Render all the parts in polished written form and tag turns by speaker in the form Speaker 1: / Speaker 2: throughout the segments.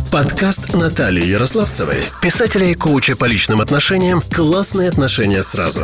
Speaker 1: Подкаст Натальи Ярославцевой, писателя и коуча по личным отношениям «Классные отношения сразу».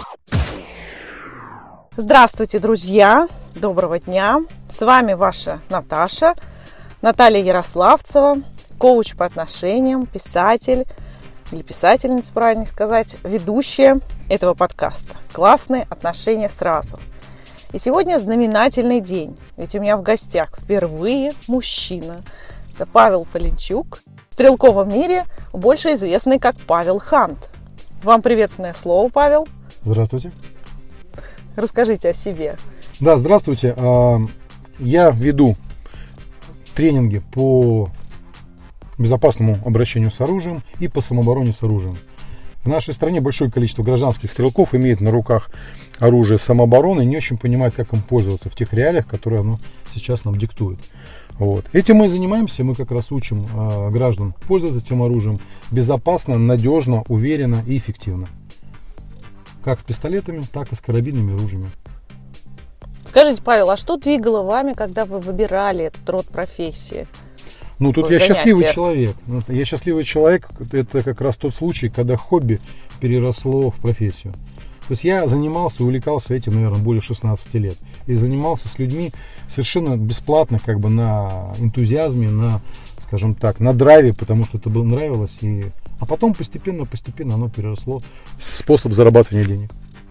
Speaker 2: Здравствуйте, друзья! Доброго дня! С вами ваша Наталья Ярославцева, коуч по отношениям, писатель или писательница, правильно сказать, ведущая этого подкаста «Классные отношения сразу». И сегодня знаменательный день, ведь у меня в гостях впервые мужчина. Это Павел Полинчук, в стрелковом мире больше известный как Павел Хант. Вам приветственное слово, Павел.
Speaker 3: Здравствуйте.
Speaker 2: Расскажите о себе.
Speaker 3: Да, здравствуйте. Я веду тренинги по безопасному обращению с оружием и по самообороне с оружием. В нашей стране большое количество гражданских стрелков имеет на руках оружие самообороны и не очень понимает, как им пользоваться в тех реалиях, которые оно сейчас нам диктует. Вот. Этим мы и занимаемся, мы как раз учим граждан пользоваться этим оружием безопасно, надежно, уверенно и эффективно. Как пистолетами, так и с карабинными ружьями.
Speaker 2: Скажите, Павел, а что двигало вами, когда вы выбирали этот род профессии?
Speaker 3: Ну, тут я счастливый человек. Я счастливый человек, это как раз тот случай, когда хобби переросло в профессию. То есть я занимался, увлекался этим, наверное, более 16 лет. И занимался с людьми совершенно бесплатно, как бы на энтузиазме, на, скажем так, на драйве, потому что это было нравилось. А потом постепенно оно переросло в способ зарабатывания денег.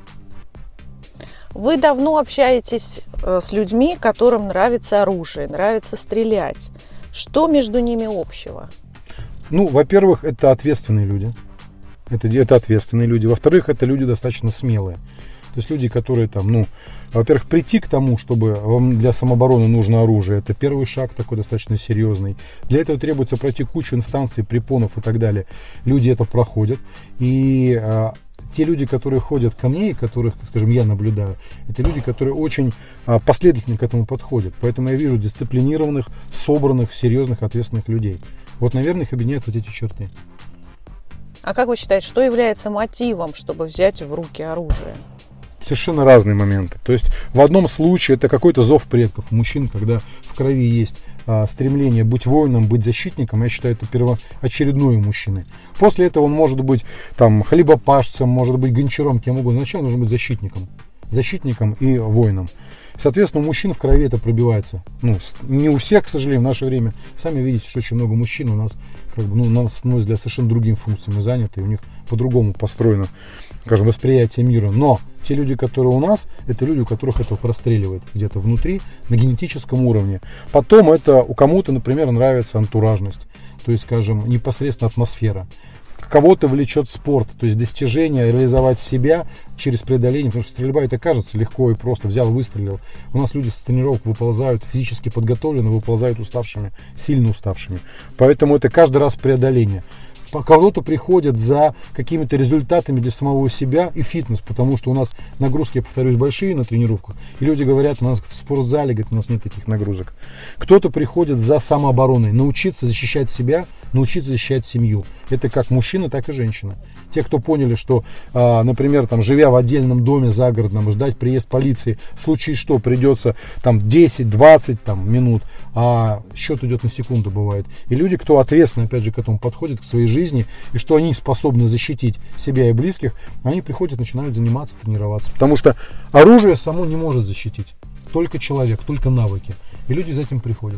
Speaker 2: Вы давно общаетесь с людьми, которым нравится оружие, нравится стрелять. Что между ними общего?
Speaker 3: Ну, во-первых, это ответственные люди. Это ответственные люди. Во-вторых, это люди достаточно смелые. То есть люди, которые там, во-первых, прийти к тому, чтобы вам для самообороны нужно оружие, это первый шаг такой достаточно серьезный. Для этого требуется пройти кучу инстанций, препонов и так далее. Люди это проходят. И те люди, которые ходят ко мне, и которых, скажем, я наблюдаю, это люди, которые очень последовательно к этому подходят. Поэтому я вижу дисциплинированных, собранных, серьезных, ответственных людей. Вот, наверное, их объединяют вот эти черты.
Speaker 2: А как вы считаете, что является мотивом, чтобы взять в руки оружие?
Speaker 3: Совершенно разные моменты. То есть в одном случае это какой-то зов предков. Мужчин, когда в крови есть стремление быть воином, быть защитником, я считаю, это первоочередное у мужчины. После этого он может быть там хлебопашцем, может быть гончаром, кем угодно. Сначала нужно быть защитником и воином. Соответственно, у мужчин в крови это пробивается. Не у всех, к сожалению, в наше время. Сами видите, что очень много мужчин у нас, на мой взгляд, совершенно другими функциями заняты. И у них по-другому построено, скажем, восприятие мира. Но те люди, которые у нас, это люди, у которых это простреливает где-то внутри, на генетическом уровне. Потом это у кому-то, например, нравится антуражность. То есть, скажем, непосредственно атмосфера. Кого-то влечет спорт, то есть достижение, реализовать себя через преодоление, потому что стрельба это кажется легко и просто, взял, выстрелил. У нас люди с тренировок выползают физически подготовлены, выползают уставшими, сильно уставшими. Поэтому это каждый раз преодоление. Кого-то приходят за какими-то результатами для самого себя и фитнес, потому что у нас нагрузки, я повторюсь, большие на тренировках. И люди говорят, у нас в спортзале, говорят, у нас нет таких нагрузок. Кто-то приходит за самообороной, научиться защищать себя, научиться защищать семью. Это как мужчина, так и женщина. Те, кто поняли, что, например, там, живя в отдельном доме загородном, ждать приезд полиции, в случае что, придется там 10-20 минут, а счет идет на секунду бывает. И люди, кто ответственно, опять же, к этому подходит, к своей жизни, и что они способны защитить себя и близких, они приходят, начинают заниматься, тренироваться. Потому что оружие само не может защитить. Только человек, только навыки. И люди за этим приходят.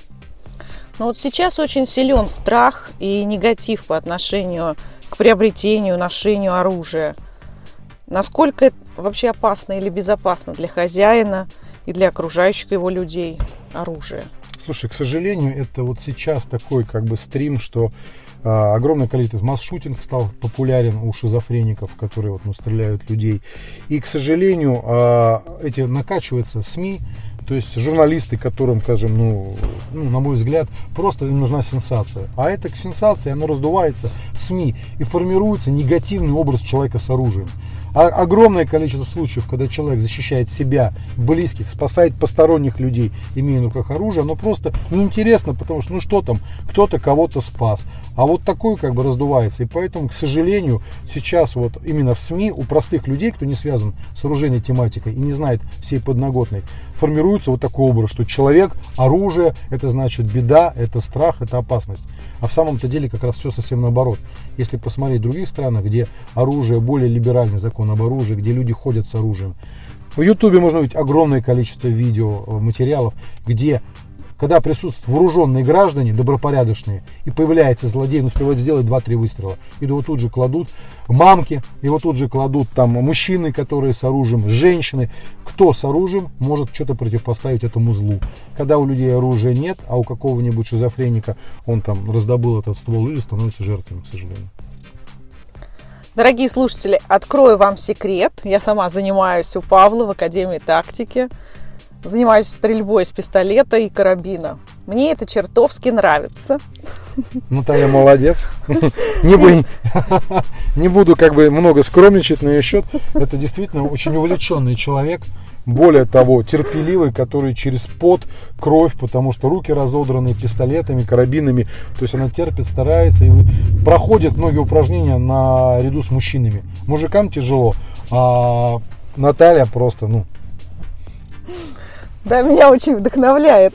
Speaker 2: Но вот сейчас очень силен страх и негатив по отношению к приобретению, ношению оружия. Насколько это вообще опасно или безопасно для хозяина и для окружающих его людей оружие?
Speaker 3: Слушай, к сожалению, это вот сейчас такой такой что огромное количество масс-шутинг стал популярен у шизофреников, которые стреляют людей. И, к сожалению, эти накачиваются СМИ, то есть журналисты, которым, скажем, на мой взгляд, просто им нужна сенсация. А эта сенсация, она раздувается в СМИ и формируется негативный образ человека с оружием. А огромное количество случаев, когда человек защищает себя, близких, спасает посторонних людей, имея на руках оружие, оно просто неинтересно, потому что, что там, кто-то кого-то спас. А вот такой как бы раздувается. И поэтому, к сожалению, сейчас вот именно в СМИ у простых людей, кто не связан с оружейной тематикой и не знает всей подноготной, формируется вот такой образ, что человек, оружие, это значит беда, это страх, это опасность. А в самом-то деле как раз все совсем наоборот. Если посмотреть в других странах, где оружие, более либеральный закон об оружии, где люди ходят с оружием. В Ютубе можно увидеть огромное количество видео, материалов, где, когда присутствуют вооруженные граждане, добропорядочные, и появляется злодей, он успевает сделать 2-3 выстрела. И его тут же кладут мамки, его тут же кладут там мужчины, которые с оружием, женщины. Кто с оружием может что-то противопоставить этому злу. Когда у людей оружия нет, а у какого-нибудь шизофреника он там раздобыл этот ствол, или становится жертвами, к сожалению.
Speaker 2: Дорогие слушатели, открою вам секрет. Я сама занимаюсь у Павла в Академии тактики. Занимаюсь стрельбой из пистолета и карабина. Мне это чертовски нравится.
Speaker 3: Наталья молодец. Не буду как бы много скромничать на ее счет. Это действительно очень увлеченный человек. Более того, терпеливый, который через пот, кровь, потому что руки разодраны пистолетами, карабинами. То есть она терпит, старается и проходит многие упражнения наряду с мужчинами. Мужикам тяжело, а Наталья просто,
Speaker 2: Да, меня очень вдохновляет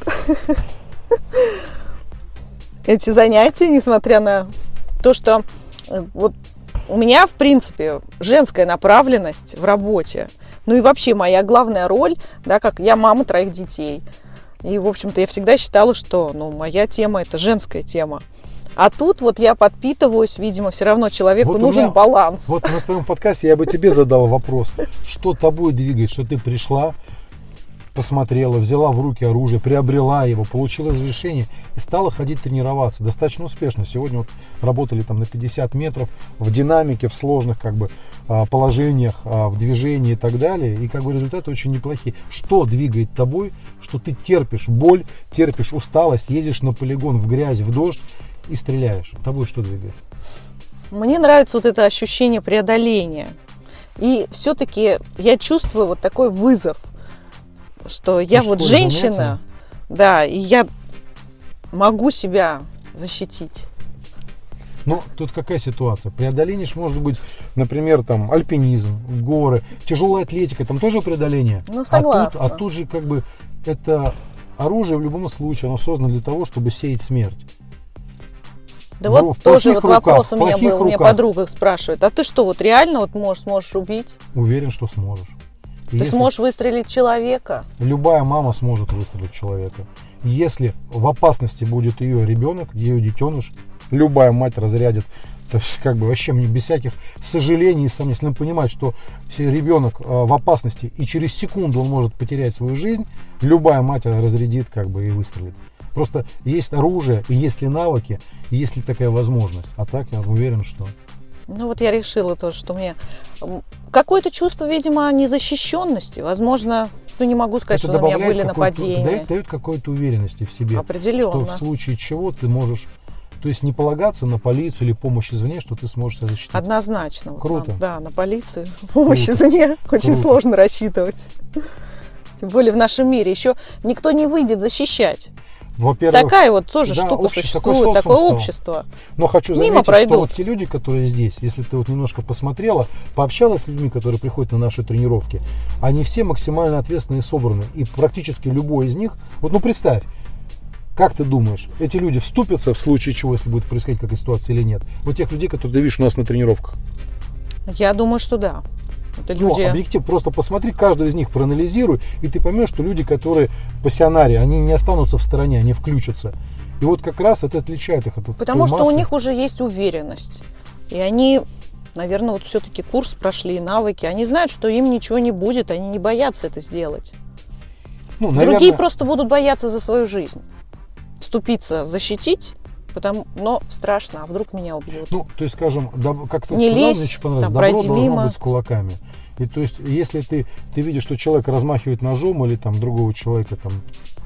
Speaker 2: эти занятия, несмотря на то, что вот у меня, в принципе, женская направленность в работе. Ну и вообще моя главная роль, да, как я мама 3 детей. И, в общем-то, я всегда считала, что моя тема – это женская тема. А тут вот я подпитываюсь, видимо, все равно человеку вот нужен баланс.
Speaker 3: Вот на твоем подкасте я бы тебе задал вопрос, что тобой двигает, что ты пришла, посмотрела, взяла в руки оружие, приобрела его, получила разрешение и стала ходить тренироваться. Достаточно успешно. Сегодня вот работали там на 50 метров в динамике, в сложных как бы положениях, в движении и так далее. И как бы результаты очень неплохие. Что двигает тобой, что ты терпишь боль, терпишь усталость, ездишь на полигон в грязь, в дождь и стреляешь? Тобой что двигает?
Speaker 2: Мне нравится вот это ощущение преодоления. И все-таки я чувствую вот такой вызов, что я вот женщина, да, и я могу себя защитить.
Speaker 3: Но тут какая ситуация? Преодоление может быть, например, там альпинизм, горы, тяжелая атлетика, там тоже преодоление.
Speaker 2: Ну, согласна.
Speaker 3: А тут же как бы это оружие в любом случае, оно создано для того, чтобы сеять смерть.
Speaker 2: Да вот тоже вот вопрос у меня был, мне подруга спрашивает, а ты что, вот реально вот сможешь убить?
Speaker 3: Уверен, что сможешь.
Speaker 2: Ты сможешь выстрелить человека?
Speaker 3: Любая мама сможет выстрелить человека. Если в опасности будет ее ребенок, ее детеныш, любая мать разрядит. То есть как бы вообще мне без всяких сожалений, если он понимает, что ребенок в опасности и через секунду он может потерять свою жизнь, любая мать разрядит как бы и выстрелит. Просто есть оружие, и есть ли навыки, и есть ли такая возможность. А так я уверен, что...
Speaker 2: Ну вот я решила тоже, что мне какое-то чувство, видимо, незащищенности. Возможно, не могу сказать,
Speaker 3: это
Speaker 2: что на меня были нападения.
Speaker 3: Дает какой-то уверенности в себе.
Speaker 2: Определенно.
Speaker 3: Что в случае чего ты можешь... То есть не полагаться на полицию или помощь извне, что ты сможешь себя защитить.
Speaker 2: Однозначно.
Speaker 3: Круто.
Speaker 2: Да, на полицию, помощь извне очень сложно рассчитывать. Тем более в нашем мире еще никто не выйдет защищать.
Speaker 3: Во-первых,
Speaker 2: такая вот тоже штука существует, такое общество.
Speaker 3: Но хочу заметить, что вот те люди, которые здесь, если ты вот немножко посмотрела, пообщалась с людьми, которые приходят на наши тренировки, они все максимально ответственные и собраны. И практически любой из них, вот ну представь, как ты думаешь, эти люди вступятся в случае чего, если будет происходить какая-то ситуация или нет? Вот тех людей, которые ты видишь у нас на тренировках.
Speaker 2: Я думаю, что да. Это люди...
Speaker 3: объектив, просто посмотри, каждого из них проанализируй, и ты поймешь, что люди, которые пассионарии, они не останутся в стороне, они включатся. И вот как раз это отличает их от
Speaker 2: Потому что у них уже есть уверенность. И они, наверное, вот все-таки курс прошли, навыки. Они знают, что им ничего не будет, они не боятся это сделать. Другие просто будут бояться за свою жизнь. Вступиться, защитить, но страшно, а вдруг меня убьют.
Speaker 3: То есть, скажем, как ты
Speaker 2: не
Speaker 3: сказал,
Speaker 2: лезь,
Speaker 3: мне очень понравилось, добро должно быть с кулаками. И то есть, если ты видишь, что человек размахивает ножом или там другого человека там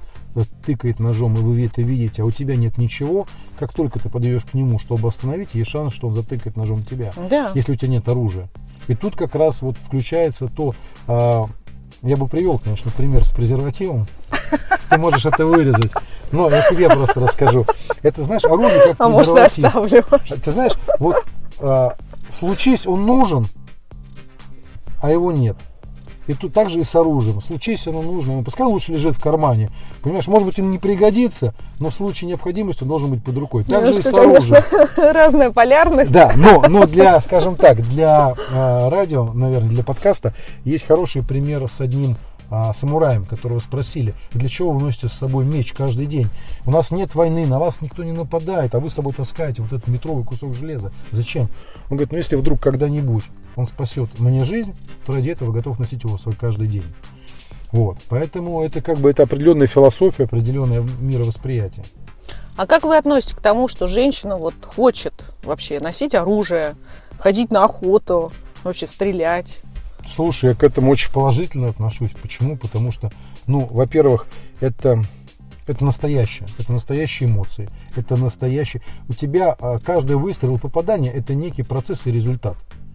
Speaker 3: тыкает ножом, и вы это видите, а у тебя нет ничего, как только ты подойдешь к нему, чтобы остановить, есть шанс, что он затыкает ножом тебя, если у тебя нет оружия. И тут как раз вот включается то, я бы привел, конечно, пример с презервативом, ты можешь это вырезать. Но я тебе просто расскажу. Это, знаешь, оружие как
Speaker 2: презерватив. А может, оставлю?
Speaker 3: Ты знаешь, вот случись он нужен, а его нет. И тут так же и с оружием. Случись оно нужно, пускай лучше лежит в кармане. Понимаешь, может быть, он не пригодится, но в случае необходимости он должен быть под рукой. Так же и с оружием.
Speaker 2: Разная полярность.
Speaker 3: Да, но для, скажем так, для радио, наверное, для подкаста есть хороший пример с одним самураем, которого спросили, для чего вы носите с собой меч каждый день? У нас нет войны, на вас никто не нападает, а вы с собой таскаете вот этот метровый кусок железа. Зачем? Он говорит, если вдруг когда-нибудь он спасет мне жизнь, то ради этого готов носить его свой каждый день. Вот. Поэтому это это определенная философия, определенное мировосприятие.
Speaker 2: А как вы относитесь к тому, что женщина хочет вообще носить оружие, ходить на охоту, вообще стрелять?
Speaker 3: Слушай, я к этому очень положительно отношусь. Почему? Потому что, во-первых, это настоящее. Это настоящие эмоции. Это настоящее. У тебя каждый выстрел и попадание – это некий процесс и результат.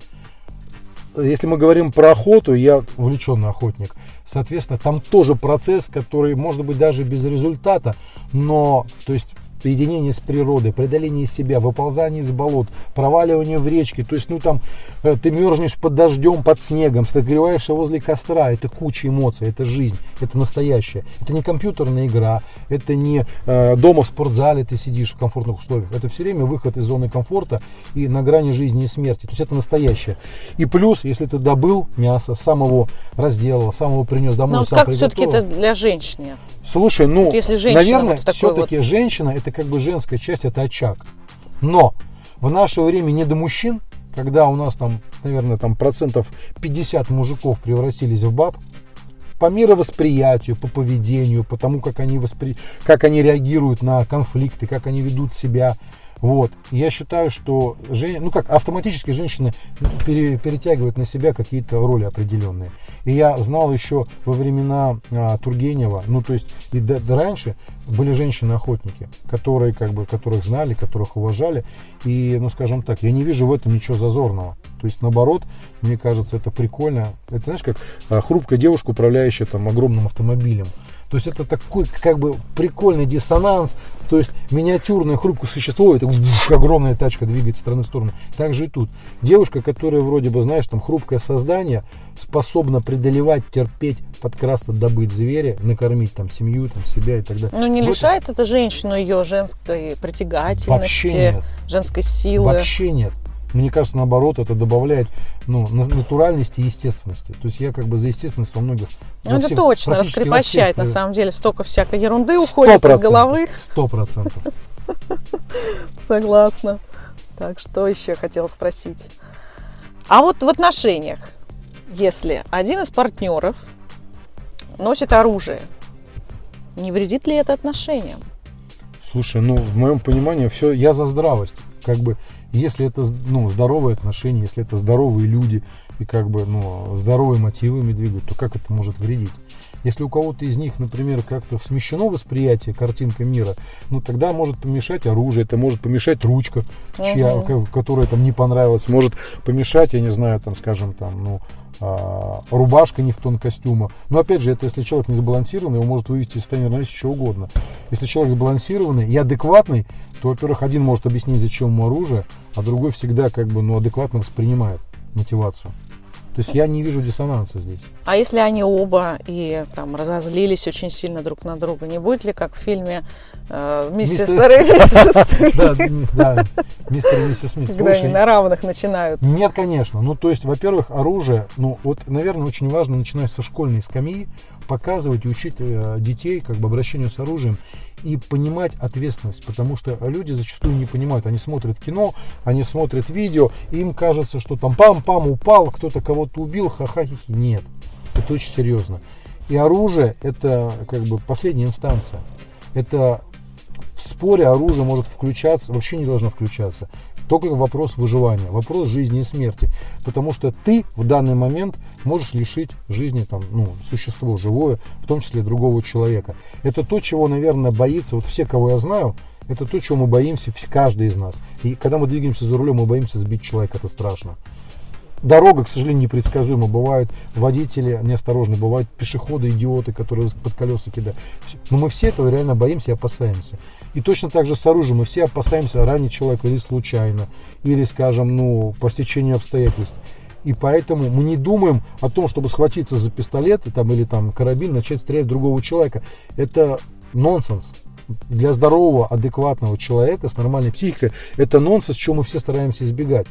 Speaker 3: Если мы говорим про охоту, я увлеченный охотник, соответственно, там тоже процесс, который может быть даже без результата, но, то есть, соединение с природой, преодоление себя, выползание из болот, проваливание в речки. То есть, ты мерзнешь под дождем, под снегом, согреваешься возле костра. Это куча эмоций, это жизнь, это настоящее. Это не компьютерная игра, это не дома в спортзале ты сидишь в комфортных условиях. Это все время выход из зоны комфорта и на грани жизни и смерти. То есть, это настоящее. И плюс, если ты добыл мясо, сам его разделал, сам его принес домой,
Speaker 2: но
Speaker 3: сам
Speaker 2: как
Speaker 3: приготовил.
Speaker 2: все-таки это для женщины?
Speaker 3: Слушай,
Speaker 2: если женщина,
Speaker 3: наверное, все-таки женщина, это женская часть, это очаг. Но в наше время не до мужчин, когда у нас наверное, процентов 50 мужиков превратились в баб, по мировосприятию, по поведению, по тому, как они реагируют на конфликты, как они ведут себя. Вот. Я считаю, что автоматически женщины перетягивают на себя какие-то роли определенные. И я знал еще во времена Тургенева, и раньше были женщины-охотники, которых знали, которых уважали. И, скажем так, я не вижу в этом ничего зазорного. То есть, наоборот, мне кажется, это прикольно. Это, знаешь, как хрупкая девушка, управляющая огромным автомобилем. То есть это такой прикольный диссонанс. То есть миниатюрное хрупкое существо, это огромная тачка двигается с стороны в сторону. Так же и тут. Девушка, которая вроде бы, знаешь, хрупкое создание, способна преодолевать, терпеть, подкрасться, добыть зверя, накормить семью, себя и так далее.
Speaker 2: Но не лишает это женщину ее женской притягательности,
Speaker 3: вообще нет.
Speaker 2: Женской силы?
Speaker 3: Вообще нет. Мне кажется, наоборот, это добавляет натуральности и естественности. То есть я за естественность во многих...
Speaker 2: это точно раскрепощает, на самом деле. Столько всякой ерунды уходит из головы.
Speaker 3: 100%.
Speaker 2: Согласна. Так, что еще хотела спросить? А вот в отношениях, если один из партнеров носит оружие, не вредит ли это отношениям?
Speaker 3: Слушай, в моем понимании все, я за здравость. Если это здоровые отношения, если это здоровые люди и здоровые мотивами двигают, то как это может вредить? Если у кого-то из них, например, как-то смещено восприятие, картинка мира, тогда может помешать оружие, это может помешать ручка, которая не понравилась, может помешать, я не знаю, рубашка не в тон костюма. Но опять же, это если человек не сбалансированный, его может вывести из состояния равновесия что угодно. Если человек сбалансированный и адекватный, то, во-первых, один может объяснить, зачем ему оружие, а другой всегда адекватно воспринимает мотивацию. То есть я не вижу диссонанса здесь.
Speaker 2: А если они оба и разозлились очень сильно друг на друга, не будет ли, как в фильме «Миссис Смит»?
Speaker 3: Да, «Мистер и миссис Смит».
Speaker 2: Когда они на равных начинают.
Speaker 3: Нет, конечно. Во-первых, оружие, наверное, очень важно, начиная со школьной скамьи, показывать и учить детей обращению с оружием и понимать ответственность, потому что люди зачастую не понимают, они смотрят кино, они смотрят видео, и им кажется, что пам-пам упал, кто-то кого-то убил, ха-ха-хи-хи. Нет, это очень серьезно. И оружие это последняя инстанция. Это в споре оружие может включаться, вообще не должно включаться. Только вопрос выживания, вопрос жизни и смерти. Потому что ты в данный момент можешь лишить жизни существо живое, в том числе другого человека. Это то, чего, наверное, боится, все, кого я знаю, это то, чего мы боимся, каждый из нас. И когда мы двигаемся за рулем, мы боимся сбить человека, это страшно. Дорога, к сожалению, непредсказуема. Бывают водители неосторожны, бывают пешеходы, идиоты, которые под колеса кидают. Но мы все этого реально боимся и опасаемся. И точно так же с оружием. Мы все опасаемся ранить человека или случайно, или, скажем, по стечению обстоятельств. И поэтому мы не думаем о том, чтобы схватиться за пистолет или карабин, начать стрелять в другого человека. Это нонсенс. Для здорового, адекватного человека с нормальной психикой это нонсенс, чего мы все стараемся избегать.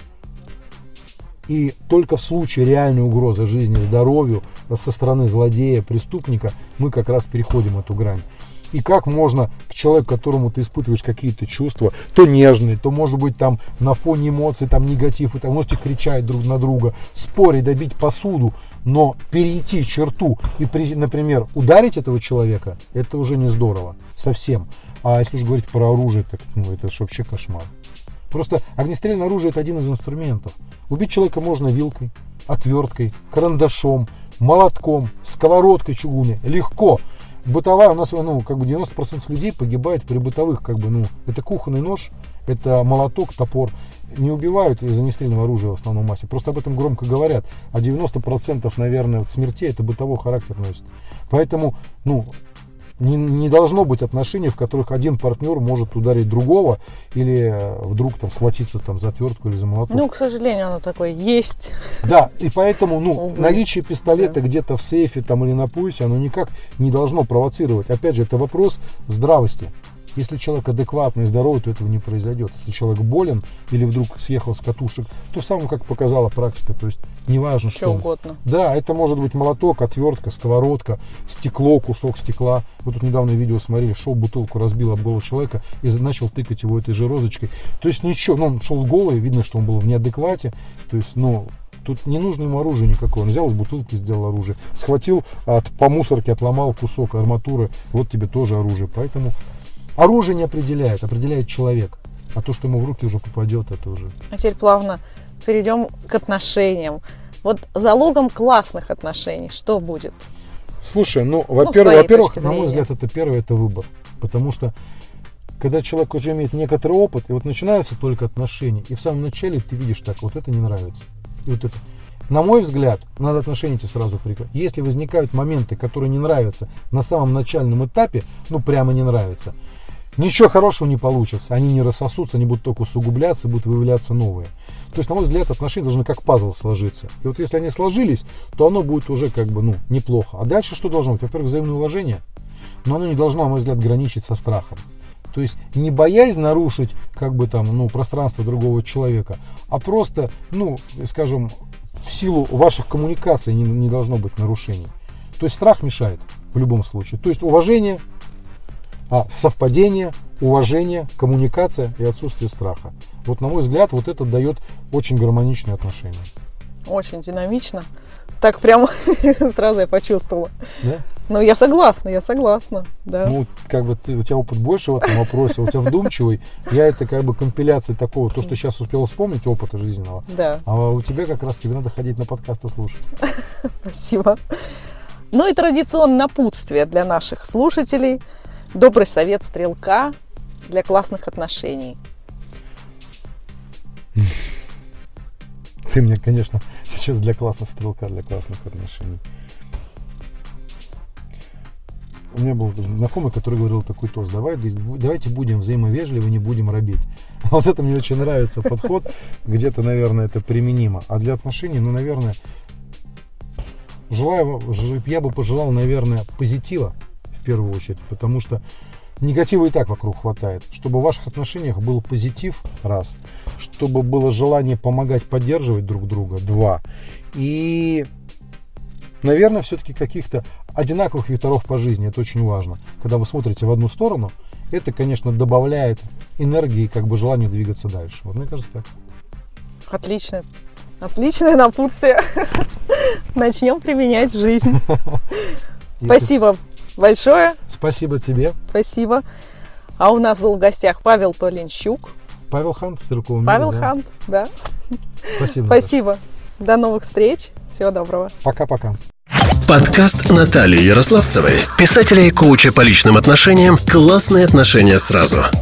Speaker 3: И только в случае реальной угрозы жизни, здоровью со стороны злодея, преступника, мы как раз переходим эту грань. И как можно к человеку, которому ты испытываешь какие-то чувства, то нежные, то, может быть, на фоне эмоций, негатив, и можете кричать друг на друга, спорить, добить посуду, но перейти черту и, например, ударить этого человека, это уже не здорово, совсем. А если уж говорить про оружие, так это же вообще кошмар. Просто огнестрельное оружие – это один из инструментов. Убить человека можно вилкой, отверткой, карандашом, молотком, сковородкой чугунной. Легко. Бытовая у нас 90% людей погибает при бытовых. Это кухонный нож, это молоток, топор. Не убивают из огнестрельного оружия в основном массе. Просто об этом громко говорят. А 90%, наверное, смертей это бытовой характер носит. Поэтому, не должно быть отношений, в которых один партнер может ударить другого или вдруг схватиться за отвертку или за молоток.
Speaker 2: К сожалению, оно такое есть.
Speaker 3: Да, и поэтому наличие пистолета где-то в сейфе или на поясе, оно никак не должно провоцировать. Опять же, это вопрос здравости. Если человек адекватный и здоровый, то этого не произойдет. Если человек болен или вдруг съехал с катушек, то самое, как показала практика, то есть неважно что.
Speaker 2: Угодно.
Speaker 3: Да, это может быть молоток, отвертка, сковородка, стекло, кусок стекла. Вот тут недавно видео смотрели, шел бутылку, разбил об голову человека и начал тыкать его этой же розочкой. То есть ничего, он шел голый, видно, что он был в неадеквате. То есть, тут не нужно ему оружие никакое. Он взял из бутылки, сделал оружие. Схватил по мусорке, отломал кусок арматуры, вот тебе тоже оружие. Поэтому оружие не определяет, определяет человек. А то, что ему в руки уже попадет, это уже...
Speaker 2: А теперь плавно перейдем к отношениям. Вот залогом классных отношений что будет?
Speaker 3: Слушай, во-первых, на мой взгляд, это первое, это выбор. Потому что, когда человек уже имеет некоторый опыт, и начинаются только отношения, и в самом начале ты видишь вот это не нравится. И вот это. На мой взгляд, надо отношения эти сразу прекратить. Если возникают моменты, которые не нравятся на самом начальном этапе, прямо не нравятся, ничего хорошего не получится. Они не рассосутся, они будут только усугубляться, будут выявляться новые. То есть, на мой взгляд, отношения должны как пазл сложиться. И вот если они сложились, то оно будет уже неплохо. А дальше что должно быть? Во-первых, взаимное уважение. Но оно не должно, на мой взгляд, граничить со страхом. То есть не боясь нарушить пространство другого человека, а просто, скажем, в силу ваших коммуникаций не должно быть нарушений. То есть страх мешает в любом случае. То есть уважение, совпадение, уважение, коммуникация и отсутствие страха. Вот, на мой взгляд, вот это дает очень гармоничные отношения.
Speaker 2: Очень динамично. Так прямо сразу я почувствовала.
Speaker 3: Да?
Speaker 2: Я согласна. Да.
Speaker 3: У тебя опыт больше в этом вопросе, у тебя вдумчивый. Я это компиляция такого, то, что сейчас успела вспомнить, опыта жизненного.
Speaker 2: Да.
Speaker 3: А у тебя как раз тебе надо ходить на подкасты слушать.
Speaker 2: Спасибо. И традиционное напутствие для наших слушателей. Добрый совет стрелка для классных отношений.
Speaker 3: Ты мне, конечно, сейчас для классных стрелка, для классных отношений. У меня был знакомый, который говорил такой тост: давайте будем взаимовежливы, не будем робить. Вот это мне очень нравится подход. Где-то, наверное, это применимо. А для отношений, наверное, я бы пожелал, наверное, позитива в первую очередь, потому что негатива и так вокруг хватает. Чтобы в ваших отношениях был позитив, раз. Чтобы было желание помогать, поддерживать друг друга, два. И, наверное, все-таки каких-то одинаковых векторов по жизни. Это очень важно. Когда вы смотрите в одну сторону, это, конечно, добавляет энергии и желанию двигаться дальше. Вот мне кажется так.
Speaker 2: Отлично. Отличное напутствие. Начнем применять в жизнь. Спасибо большое.
Speaker 3: Спасибо тебе.
Speaker 2: Спасибо. А у нас был в гостях Павел Полинщук.
Speaker 3: Павел Хант в Стрелковом
Speaker 2: мире. Павел Хант, да.
Speaker 3: Спасибо.
Speaker 2: Спасибо. До новых встреч. Всего доброго.
Speaker 3: Пока-пока.
Speaker 1: Подкаст Натальи Ярославцевой, писателя и коуча по личным отношениям «Классные отношения сразу».